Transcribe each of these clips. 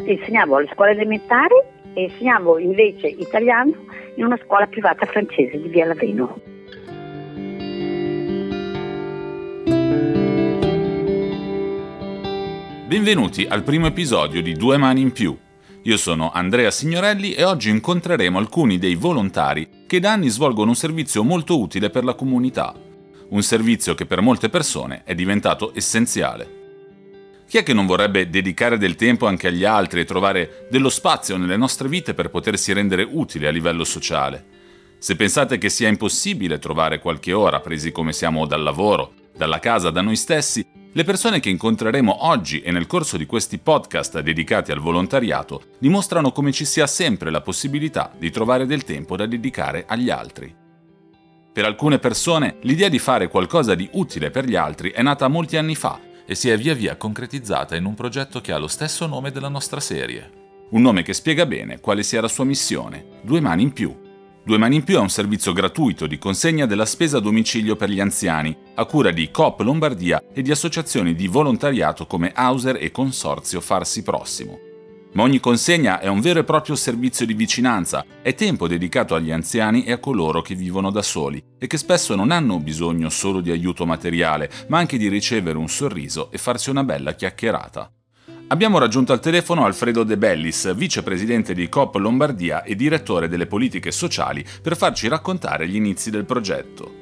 insegnavo alle scuole elementari e insegnavo invece italiano in una scuola privata francese di Via Laveno. Benvenuti al primo episodio di Due Mani in Più. Io sono Andrea Signorelli e oggi incontreremo alcuni dei volontari che da anni svolgono un servizio molto utile per la comunità. Un servizio che per molte persone è diventato essenziale. Chi è che non vorrebbe dedicare del tempo anche agli altri e trovare dello spazio nelle nostre vite per potersi rendere utili a livello sociale? Se pensate che sia impossibile trovare qualche ora presi come siamo dal lavoro, dalla casa, da noi stessi, le persone che incontreremo oggi e nel corso di questi podcast dedicati al volontariato dimostrano come ci sia sempre la possibilità di trovare del tempo da dedicare agli altri. Per alcune persone l'idea di fare qualcosa di utile per gli altri è nata molti anni fa e si è via via concretizzata in un progetto che ha lo stesso nome della nostra serie. Un nome che spiega bene quale sia la sua missione: Due Mani in Più. Due Mani in Più è un servizio gratuito di consegna della spesa a domicilio per gli anziani, a cura di Coop Lombardia e di associazioni di volontariato come Hauser e Consorzio Farsi Prossimo. Ma ogni consegna è un vero e proprio servizio di vicinanza, è tempo dedicato agli anziani e a coloro che vivono da soli e che spesso non hanno bisogno solo di aiuto materiale, ma anche di ricevere un sorriso e farsi una bella chiacchierata. Abbiamo raggiunto al telefono Alfredo De Bellis, vicepresidente di Coop Lombardia e direttore delle politiche sociali, per farci raccontare gli inizi del progetto.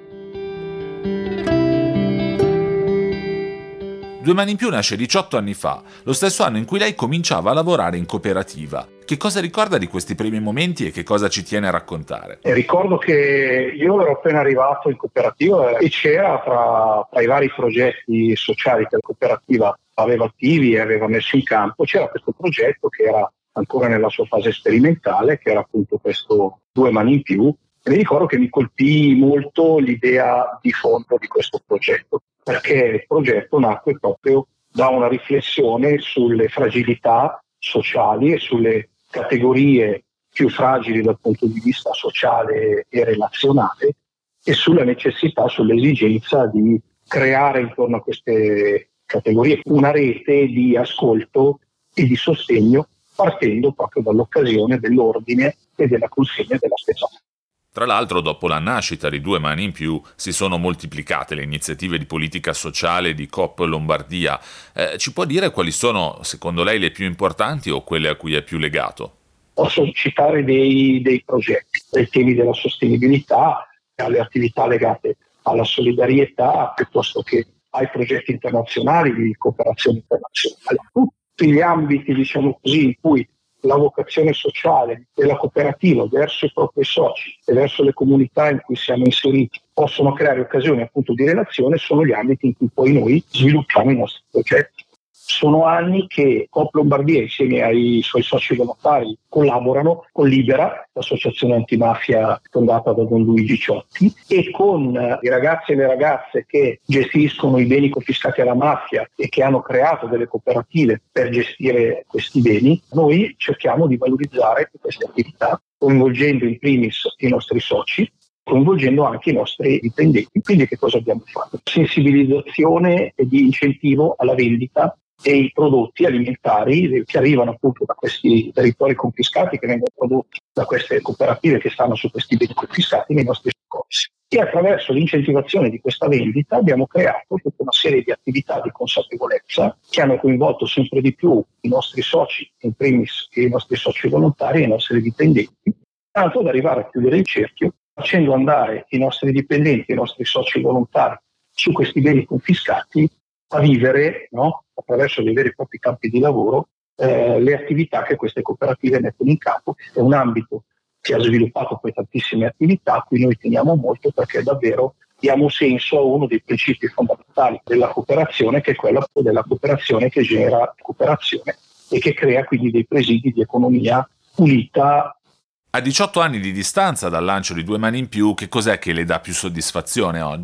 Due Mani in Più nasce 18 anni fa, lo stesso anno in cui lei cominciava a lavorare in cooperativa. Che cosa ricorda di questi primi momenti e che cosa ci tiene a raccontare? Ricordo che io ero appena arrivato in cooperativa e c'era tra i vari progetti sociali che la cooperativa aveva attivi e aveva messo in campo, c'era questo progetto che era ancora nella sua fase sperimentale, che era appunto questo Due Mani in Più. E mi ricordo che mi colpì molto l'idea di fondo di questo progetto, perché il progetto nacque proprio da una riflessione sulle fragilità sociali e sulle categorie più fragili dal punto di vista sociale e relazionale e sulla necessità, sull'esigenza di creare intorno a queste categorie una rete di ascolto e di sostegno partendo proprio dall'occasione dell'ordine e della consegna della spesa. Tra l'altro, dopo la nascita di Due Mani in Più, si sono moltiplicate le iniziative di politica sociale di Coop Lombardia. Ci può dire quali sono, secondo lei, le più importanti o quelle a cui è più legato? Posso citare dei progetti, dai temi della sostenibilità, alle attività legate alla solidarietà, piuttosto che ai progetti internazionali di cooperazione internazionale. Tutti gli ambiti, diciamo così, in cui la vocazione sociale della cooperativa verso i propri soci e verso le comunità in cui siamo inseriti possono creare occasioni appunto di relazione, sono gli ambiti in cui poi noi sviluppiamo i nostri progetti. Sono anni che Coop Lombardia insieme ai suoi soci volontari collaborano con Libera, l'associazione antimafia fondata da Don Luigi Ciotti, e con i ragazzi e le ragazze che gestiscono i beni confiscati alla mafia e che hanno creato delle cooperative per gestire questi beni. Noi cerchiamo di valorizzare queste attività, coinvolgendo in primis i nostri soci, coinvolgendo anche i nostri dipendenti. Quindi che cosa abbiamo fatto? Sensibilizzazione e di incentivo alla vendita dei prodotti alimentari che arrivano appunto da questi territori confiscati, che vengono prodotti da queste cooperative che stanno su questi beni confiscati nei nostri negozi. E attraverso l'incentivazione di questa vendita abbiamo creato tutta una serie di attività di consapevolezza che hanno coinvolto sempre di più i nostri soci, in primis i nostri soci volontari e i nostri dipendenti, tanto da arrivare a chiudere il cerchio facendo andare i nostri dipendenti e i nostri soci volontari su questi beni confiscati a vivere, no, attraverso dei veri e propri campi di lavoro, le attività che queste cooperative mettono in campo. È un ambito che ha sviluppato poi tantissime attività a cui noi teniamo molto, perché davvero diamo senso a uno dei principi fondamentali della cooperazione, che è quello della cooperazione che genera cooperazione e che crea quindi dei presidi di economia pulita. A 18 anni di distanza dal lancio di Due Mani in Più, che cos'è che le dà più soddisfazione oggi?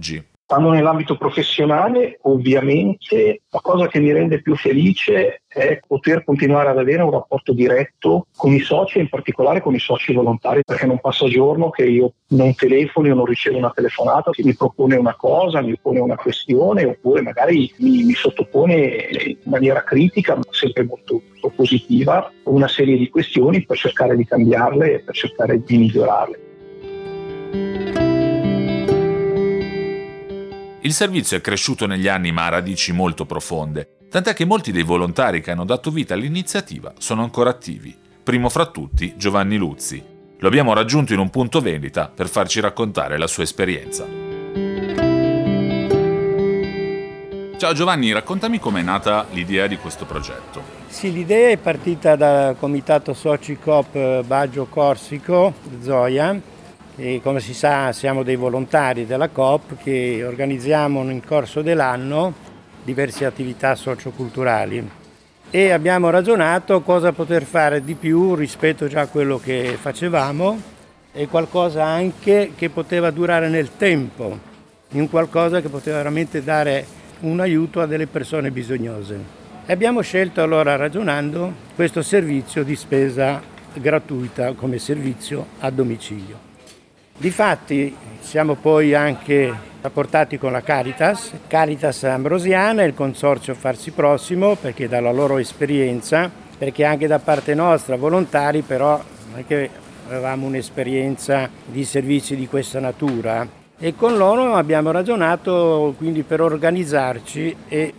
Stando nell'ambito professionale, ovviamente la cosa che mi rende più felice è poter continuare ad avere un rapporto diretto con i soci e in particolare con i soci volontari, perché non passa giorno che io non telefoni o non ricevo una telefonata che mi propone una cosa, mi pone una questione oppure magari mi sottopone in maniera critica, ma sempre molto positiva, una serie di questioni per cercare di cambiarle e per cercare di migliorarle. Il servizio è cresciuto negli anni ma ha radici molto profonde, tant'è che molti dei volontari che hanno dato vita all'iniziativa sono ancora attivi. Primo fra tutti Giovanni Luzzi. Lo abbiamo raggiunto in un punto vendita per farci raccontare la sua esperienza. Ciao Giovanni, raccontami com'è nata l'idea di questo progetto. Sì, l'idea è partita dal Comitato Soci Coop Baggio Corsico, Zoia. E come si sa siamo dei volontari della Coop che organizziamo nel corso dell'anno diverse attività socioculturali e abbiamo ragionato cosa poter fare di più rispetto già a quello che facevamo e qualcosa anche che poteva durare nel tempo, in qualcosa che poteva veramente dare un aiuto a delle persone bisognose. E abbiamo scelto allora, ragionando, questo servizio di spesa gratuita come servizio a domicilio. Difatti siamo poi anche rapportati con la Caritas Ambrosiana e il Consorzio Farsi Prossimo, perché dalla loro esperienza, perché anche da parte nostra, volontari, però anche avevamo un'esperienza di servizi di questa natura e con loro abbiamo ragionato quindi per organizzarci e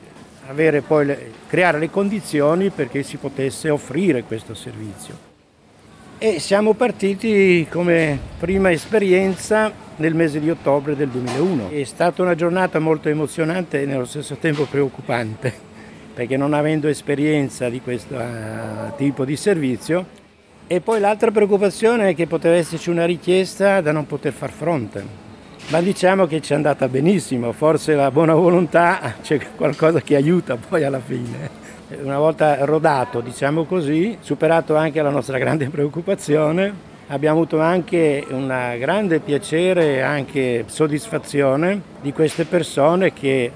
creare le condizioni perché si potesse offrire questo servizio. E siamo partiti come prima esperienza nel mese di ottobre del 2001. È stata una giornata molto emozionante e nello stesso tempo preoccupante, perché non avendo esperienza di questo tipo di servizio. E poi l'altra preoccupazione è che poteva esserci una richiesta da non poter far fronte. Ma diciamo che ci è andata benissimo, forse la buona volontà c'è qualcosa che aiuta poi alla fine. Una volta rodato, diciamo così, superato anche la nostra grande preoccupazione, abbiamo avuto anche un grande piacere e anche soddisfazione di queste persone che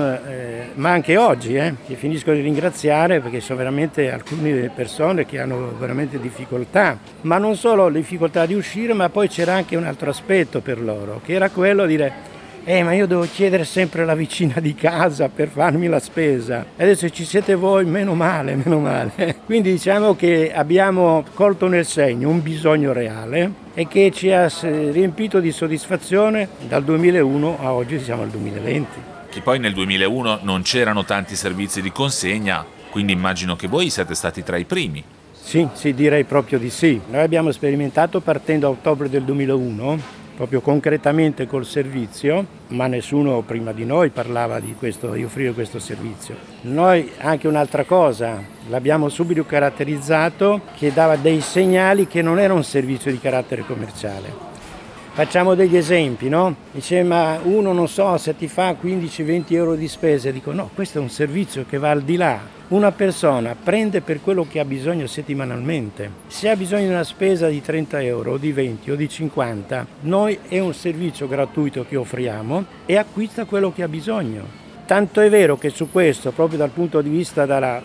ma anche oggi, che finisco di ringraziare perché sono veramente alcune persone che hanno veramente difficoltà, ma non solo difficoltà di uscire, ma poi c'era anche un altro aspetto per loro, che era quello di dire ma io devo chiedere sempre alla vicina di casa per farmi la spesa. E adesso ci siete voi, meno male. Quindi diciamo che abbiamo colto nel segno un bisogno reale e che ci ha riempito di soddisfazione dal 2001 a oggi siamo al 2020. Che poi nel 2001 non c'erano tanti servizi di consegna, quindi immagino che voi siete stati tra i primi. Sì, direi proprio di sì. Noi abbiamo sperimentato partendo a ottobre del 2001, proprio concretamente col servizio, ma nessuno prima di noi parlava di offrire questo servizio. Noi anche un'altra cosa, l'abbiamo subito caratterizzato che dava dei segnali che non era un servizio di carattere commerciale. Facciamo degli esempi, no? Dice, ma uno non so se ti fa 15-20 euro di spese, dico no, questo è un servizio che va al di là. Una persona prende per quello che ha bisogno settimanalmente. Se ha bisogno di una spesa di 30 euro, o di 20 o di 50, noi è un servizio gratuito che offriamo e acquista quello che ha bisogno. Tanto è vero che su questo, proprio dal punto di vista della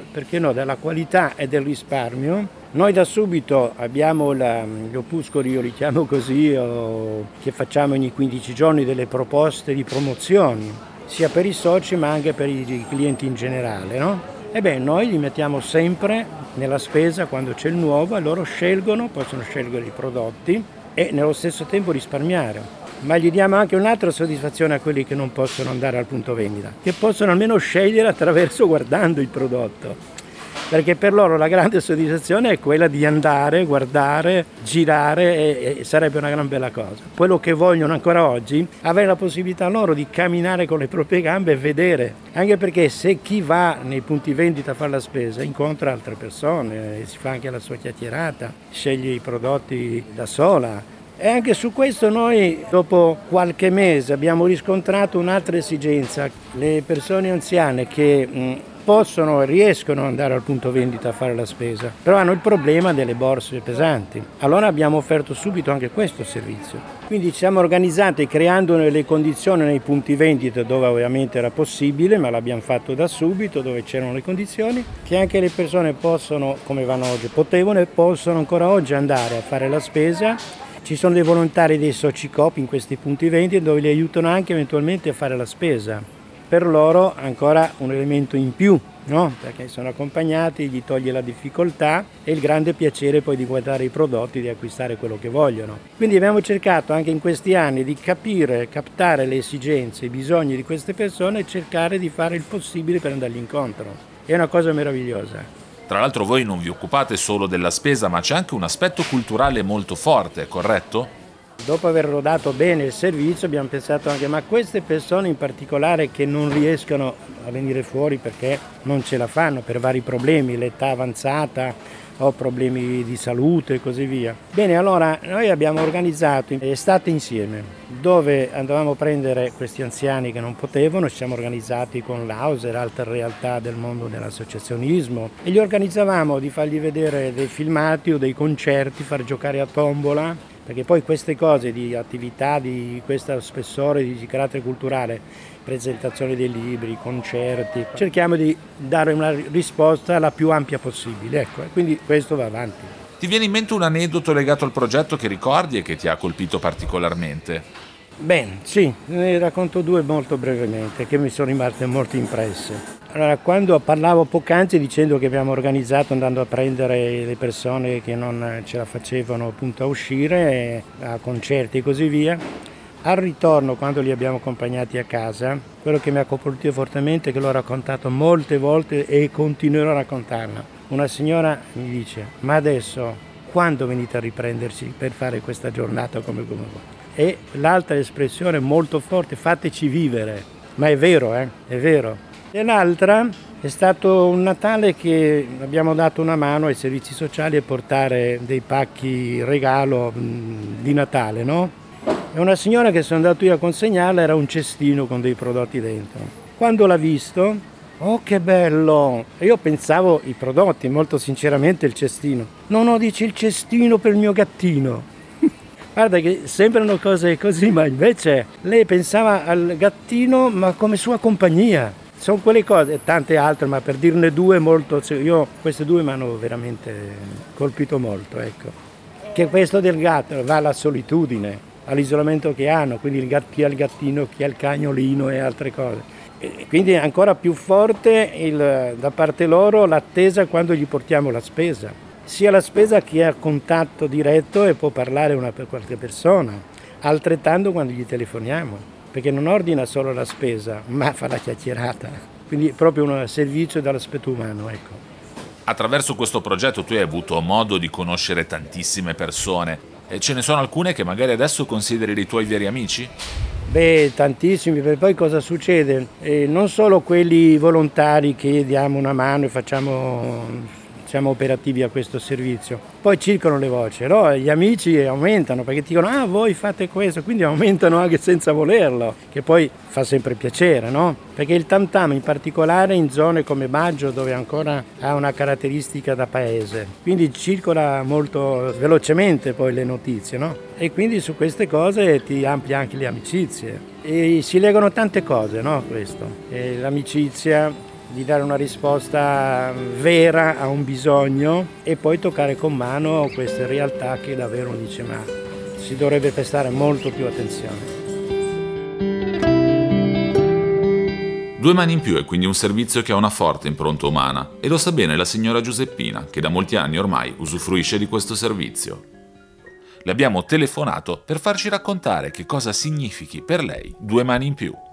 qualità e del risparmio, noi da subito abbiamo gli opuscoli, io li chiamo così, che facciamo ogni 15 giorni delle proposte di promozioni, sia per i soci ma anche per i clienti in generale, no? Noi li mettiamo sempre nella spesa quando c'è il nuovo e loro possono scegliere i prodotti e nello stesso tempo risparmiare. Ma gli diamo anche un'altra soddisfazione a quelli che non possono andare al punto vendita, che possono almeno scegliere attraverso guardando il prodotto. Perché per loro la grande soddisfazione è quella di andare, guardare, girare e sarebbe una gran bella cosa. Quello che vogliono ancora oggi, avere la possibilità loro di camminare con le proprie gambe e vedere. Anche perché se chi va nei punti vendita a fare la spesa incontra altre persone, si fa anche la sua chiacchierata, sceglie i prodotti da sola. E anche su questo noi dopo qualche mese abbiamo riscontrato un'altra esigenza. Le persone anziane che riescono ad andare al punto vendita a fare la spesa, però hanno il problema delle borse pesanti. Allora abbiamo offerto subito anche questo servizio. Quindi ci siamo organizzati creando le condizioni nei punti vendita dove ovviamente era possibile, ma l'abbiamo fatto da subito, dove c'erano le condizioni, che anche le persone possono, come vanno oggi, potevano e possono ancora oggi andare a fare la spesa. Ci sono dei volontari dei Socicoop in questi punti vendita dove li aiutano anche eventualmente a fare la spesa. Per loro ancora un elemento in più, no? Perché sono accompagnati, gli toglie la difficoltà e il grande piacere poi di guardare i prodotti, di acquistare quello che vogliono. Quindi abbiamo cercato anche in questi anni di capire, captare le esigenze, i bisogni di queste persone e cercare di fare il possibile per andargli incontro. È una cosa meravigliosa. Tra l'altro voi non vi occupate solo della spesa, ma c'è anche un aspetto culturale molto forte, corretto? Dopo aver rodato bene il servizio abbiamo pensato anche, ma queste persone in particolare che non riescono a venire fuori perché non ce la fanno per vari problemi, l'età avanzata o problemi di salute e così via. Bene, allora noi abbiamo organizzato estate insieme, dove andavamo a prendere questi anziani che non potevano, ci siamo organizzati con l'Auser, altre realtà del mondo dell'associazionismo, e gli organizzavamo di fargli vedere dei filmati o dei concerti, far giocare a tombola, perché poi queste cose di attività di questo spessore di carattere culturale, presentazione dei libri, concerti, cerchiamo di dare una risposta la più ampia possibile, ecco, e quindi questo va avanti. Ti viene in mente un aneddoto legato al progetto che ricordi e che ti ha colpito particolarmente? Bene, sì, ne racconto due molto brevemente che mi sono rimaste molto impresse. Allora, quando parlavo poc'anzi dicendo che abbiamo organizzato andando a prendere le persone che non ce la facevano appunto a uscire, a concerti e così via, al ritorno quando li abbiamo accompagnati a casa, quello che mi ha colpito fortemente è che l'ho raccontato molte volte e continuerò a raccontarla. Una signora mi dice, ma adesso quando venite a riprenderci per fare questa giornata come voi? E l'altra espressione molto forte, fateci vivere, ma è vero, è vero. E l'altra è stato un Natale che abbiamo dato una mano ai servizi sociali a portare dei pacchi regalo di Natale, no? E una signora che sono andato io a consegnarla era un cestino con dei prodotti dentro. Quando l'ha visto, oh che bello! E io pensavo i prodotti, molto sinceramente il cestino. No, dice il cestino per il mio gattino. Guarda che sembrano cose così, ma invece lei pensava al gattino ma come sua compagnia. Sono quelle cose, tante altre, ma per dirne due queste due mi hanno veramente colpito molto, ecco. Che questo del gatto va alla solitudine, all'isolamento che hanno, quindi chi ha il gattino, chi ha il cagnolino e altre cose. E quindi è ancora più forte da parte loro l'attesa quando gli portiamo la spesa. Sia la spesa che ha contatto diretto e può parlare per qualche persona, altrettanto quando gli telefoniamo, perché non ordina solo la spesa, ma fa la chiacchierata. Quindi è proprio un servizio dall'aspetto umano, ecco. Attraverso questo progetto tu hai avuto modo di conoscere tantissime persone e ce ne sono alcune che magari adesso consideri dei tuoi veri amici? Beh, tantissimi, perché poi cosa succede? Non solo quelli volontari che diamo una mano e siamo operativi a questo servizio. Poi circolano le voci, no? Gli amici aumentano perché ti dicono voi fate questo, quindi aumentano anche senza volerlo, che poi fa sempre piacere, no? Perché il tam tam in particolare in zone come Baggio dove ancora ha una caratteristica da paese, quindi circola molto velocemente poi le notizie, no? E quindi su queste cose ti amplia anche le amicizie e si legano tante cose, no? Questo, e l'amicizia, di dare una risposta vera a un bisogno e poi toccare con mano queste realtà che davvero dice ma si dovrebbe prestare molto più attenzione. Due Mani in Più è quindi un servizio che ha una forte impronta umana e lo sa bene la signora Giuseppina, che da molti anni ormai usufruisce di questo servizio. Le abbiamo telefonato per farci raccontare che cosa significhi per lei Due Mani in Più.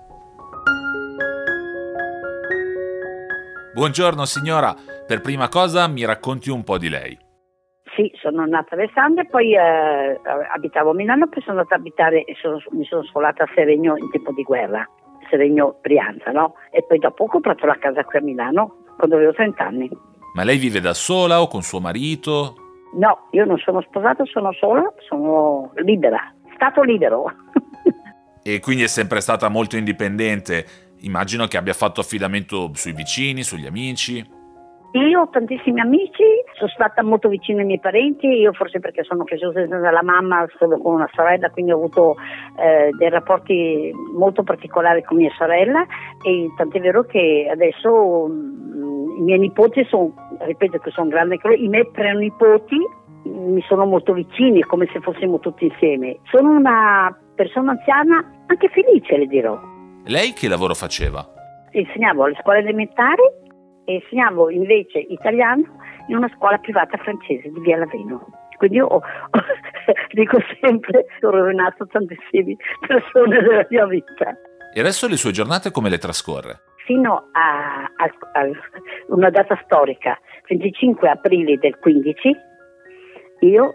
Buongiorno signora, per prima cosa mi racconti un po' di lei. Sì, sono nata a Alessandria, poi abitavo a Milano, poi sono andata a abitare e mi sono sfolata a Seregno in tempo di guerra, Seregno Brianza, no? E poi dopo ho comprato la casa qui a Milano quando avevo 30 anni. Ma lei vive da sola o con suo marito? No, io non sono sposata, sono sola, sono libera, stato libero. E quindi è sempre stata molto indipendente. Immagino che abbia fatto affidamento sui vicini, sugli amici. Io ho tantissimi amici, sono stata molto vicina ai miei parenti, io forse perché sono cresciuta senza la mamma, solo con una sorella, quindi ho avuto dei rapporti molto particolari con mia sorella, e tant'è vero che adesso i miei nipoti sono, ripeto che sono grandi, i miei prenipoti mi sono molto vicini, come se fossimo tutti insieme. Sono una persona anziana, anche felice, le dirò. Lei che lavoro faceva? Insegnavo alle scuole elementari e insegnavo invece italiano in una scuola privata francese di Via Laveno. Quindi io dico sempre che ho rovinato tantissime persone della mia vita. E adesso le sue giornate come le trascorre? Fino a una data storica, 25 aprile del 15, io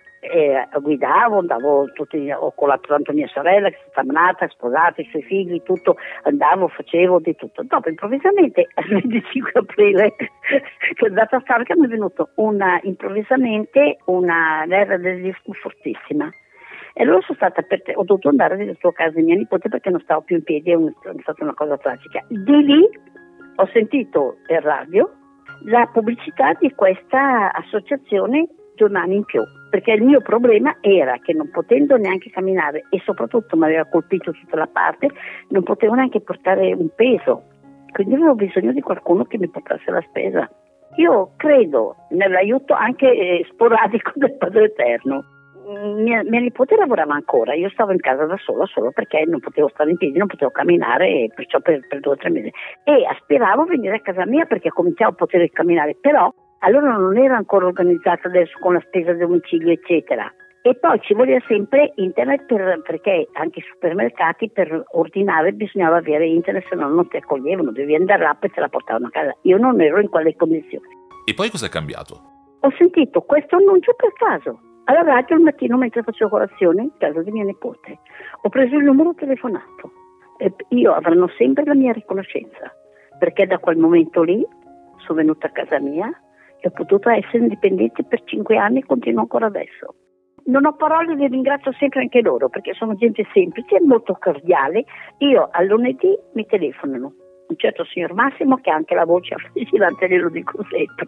guidavo, andavo ho colato tanto mia sorella che è stata nata, sposata, i suoi figli, tutto, andavo, facevo di tutto. Dopo improvvisamente il 25 aprile, che è data storica, mi è venuto improvvisamente una guerra del disco fortissima. E allora sono stata ho dovuto andare nel suo caso di mia nipote perché non stavo più in piedi, è stata una cosa tragica. Di lì ho sentito per radio la pubblicità di questa associazione Giornali in più, perché il mio problema era che non potendo neanche camminare e soprattutto mi aveva colpito tutta la parte, non potevo neanche portare un peso, quindi avevo bisogno di qualcuno che mi portasse la spesa. Io credo nell'aiuto anche sporadico del Padre Eterno. Mia nipote lavorava ancora, io stavo in casa da sola solo perché non potevo stare in piedi, non potevo camminare, e perciò per 2 o 3 mesi, e aspiravo a venire a casa mia perché cominciavo a poter camminare, però allora non era ancora organizzata adesso con la spesa del domicilio eccetera, e poi ci voleva sempre internet perché anche i supermercati per ordinare bisognava avere internet, se no non ti accoglievano, dovevi andare là e te la portavano a casa. Io non ero in quelle condizioni. E poi cosa è cambiato? Ho sentito questo annuncio per caso alla radio il mattino mentre facevo colazione in casa di mia nipote. Ho preso il numero, telefonato, e io avranno sempre la mia riconoscenza, perché da quel momento lì sono venuta a casa mia e ho potuto essere indipendente per 5 anni e continuo ancora adesso. Non ho parole, li ringrazio sempre anche loro perché sono gente semplice e molto cordiale. Io al lunedì mi telefonano un certo signor Massimo che ha anche la voce affascinante, lo dico sempre,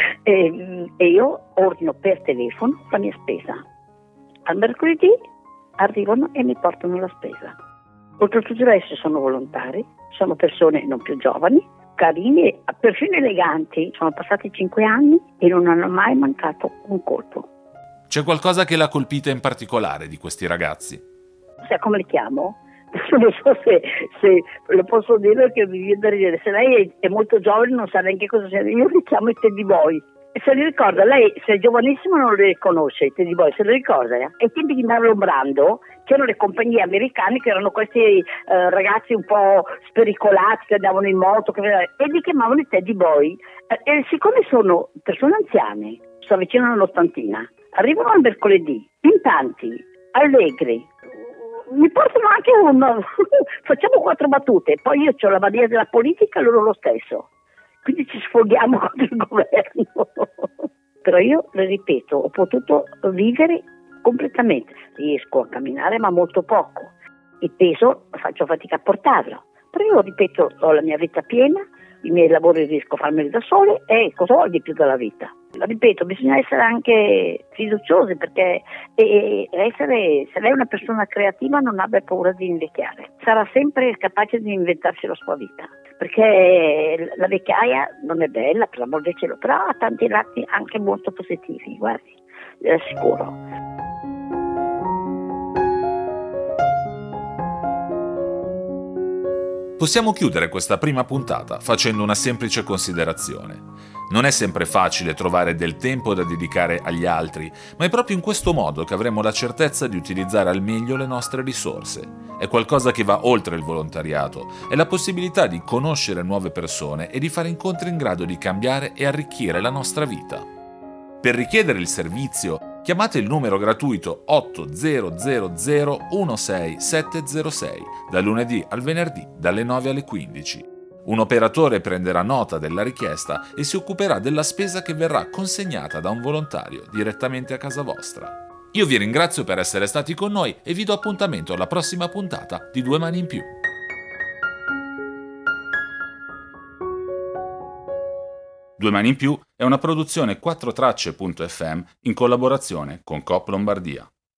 e io ordino per telefono la mia spesa. Al mercoledì arrivano e mi portano la spesa. Oltretutto adesso sono volontari, sono persone non più giovani, carini e perfino eleganti. Sono passati 5 anni e non hanno mai mancato un colpo. C'è qualcosa che l'ha colpita in particolare di questi ragazzi? Sai come li chiamo? Non so se lo posso dire perché mi viene da ridere. Se lei è molto giovane non sa neanche cosa sia. Io li chiamo i Teddy Boy. E se li ricorda, lei se è giovanissimo non li riconosce i Teddy Boy, se li ricorda. Ai tempi di Marlon Brando c'erano le compagnie americane che erano questi ragazzi un po' spericolati che andavano in moto e li chiamavano i Teddy Boy. E siccome sono persone anziane, si avvicinano all'ottantina, arrivano al mercoledì, in tanti, allegri, mi portano anche facciamo 4 battute, poi io ho la mania della politica e loro lo stesso, quindi ci sfoghiamo contro il governo. Però io, le ripeto, ho potuto vivere completamente, riesco a camminare ma molto poco, il peso faccio fatica a portarlo, però io ripeto, ho la mia vita piena, i miei lavori riesco a farmeli da sole e cosa ho di più dalla vita? Ripeto, bisogna essere anche fiduciosi perché se lei è una persona creativa non abbia paura di invecchiare, sarà sempre capace di inventarsi la sua vita, perché la vecchiaia non è bella, per l'amor del cielo, però ha tanti lati anche molto positivi, guardi, le assicuro. Possiamo chiudere questa prima puntata facendo una semplice considerazione. Non è sempre facile trovare del tempo da dedicare agli altri, ma è proprio in questo modo che avremo la certezza di utilizzare al meglio le nostre risorse. È qualcosa che va oltre il volontariato, è la possibilità di conoscere nuove persone e di fare incontri in grado di cambiare e arricchire la nostra vita. Per richiedere il servizio, chiamate il numero gratuito 800 16706 dal lunedì al venerdì dalle 9 alle 15. Un operatore prenderà nota della richiesta e si occuperà della spesa che verrà consegnata da un volontario direttamente a casa vostra. Io vi ringrazio per essere stati con noi e vi do appuntamento alla prossima puntata di 2 Mani in Più. Due Mani in Più è una produzione 4Tracce.fm in collaborazione con Coop Lombardia.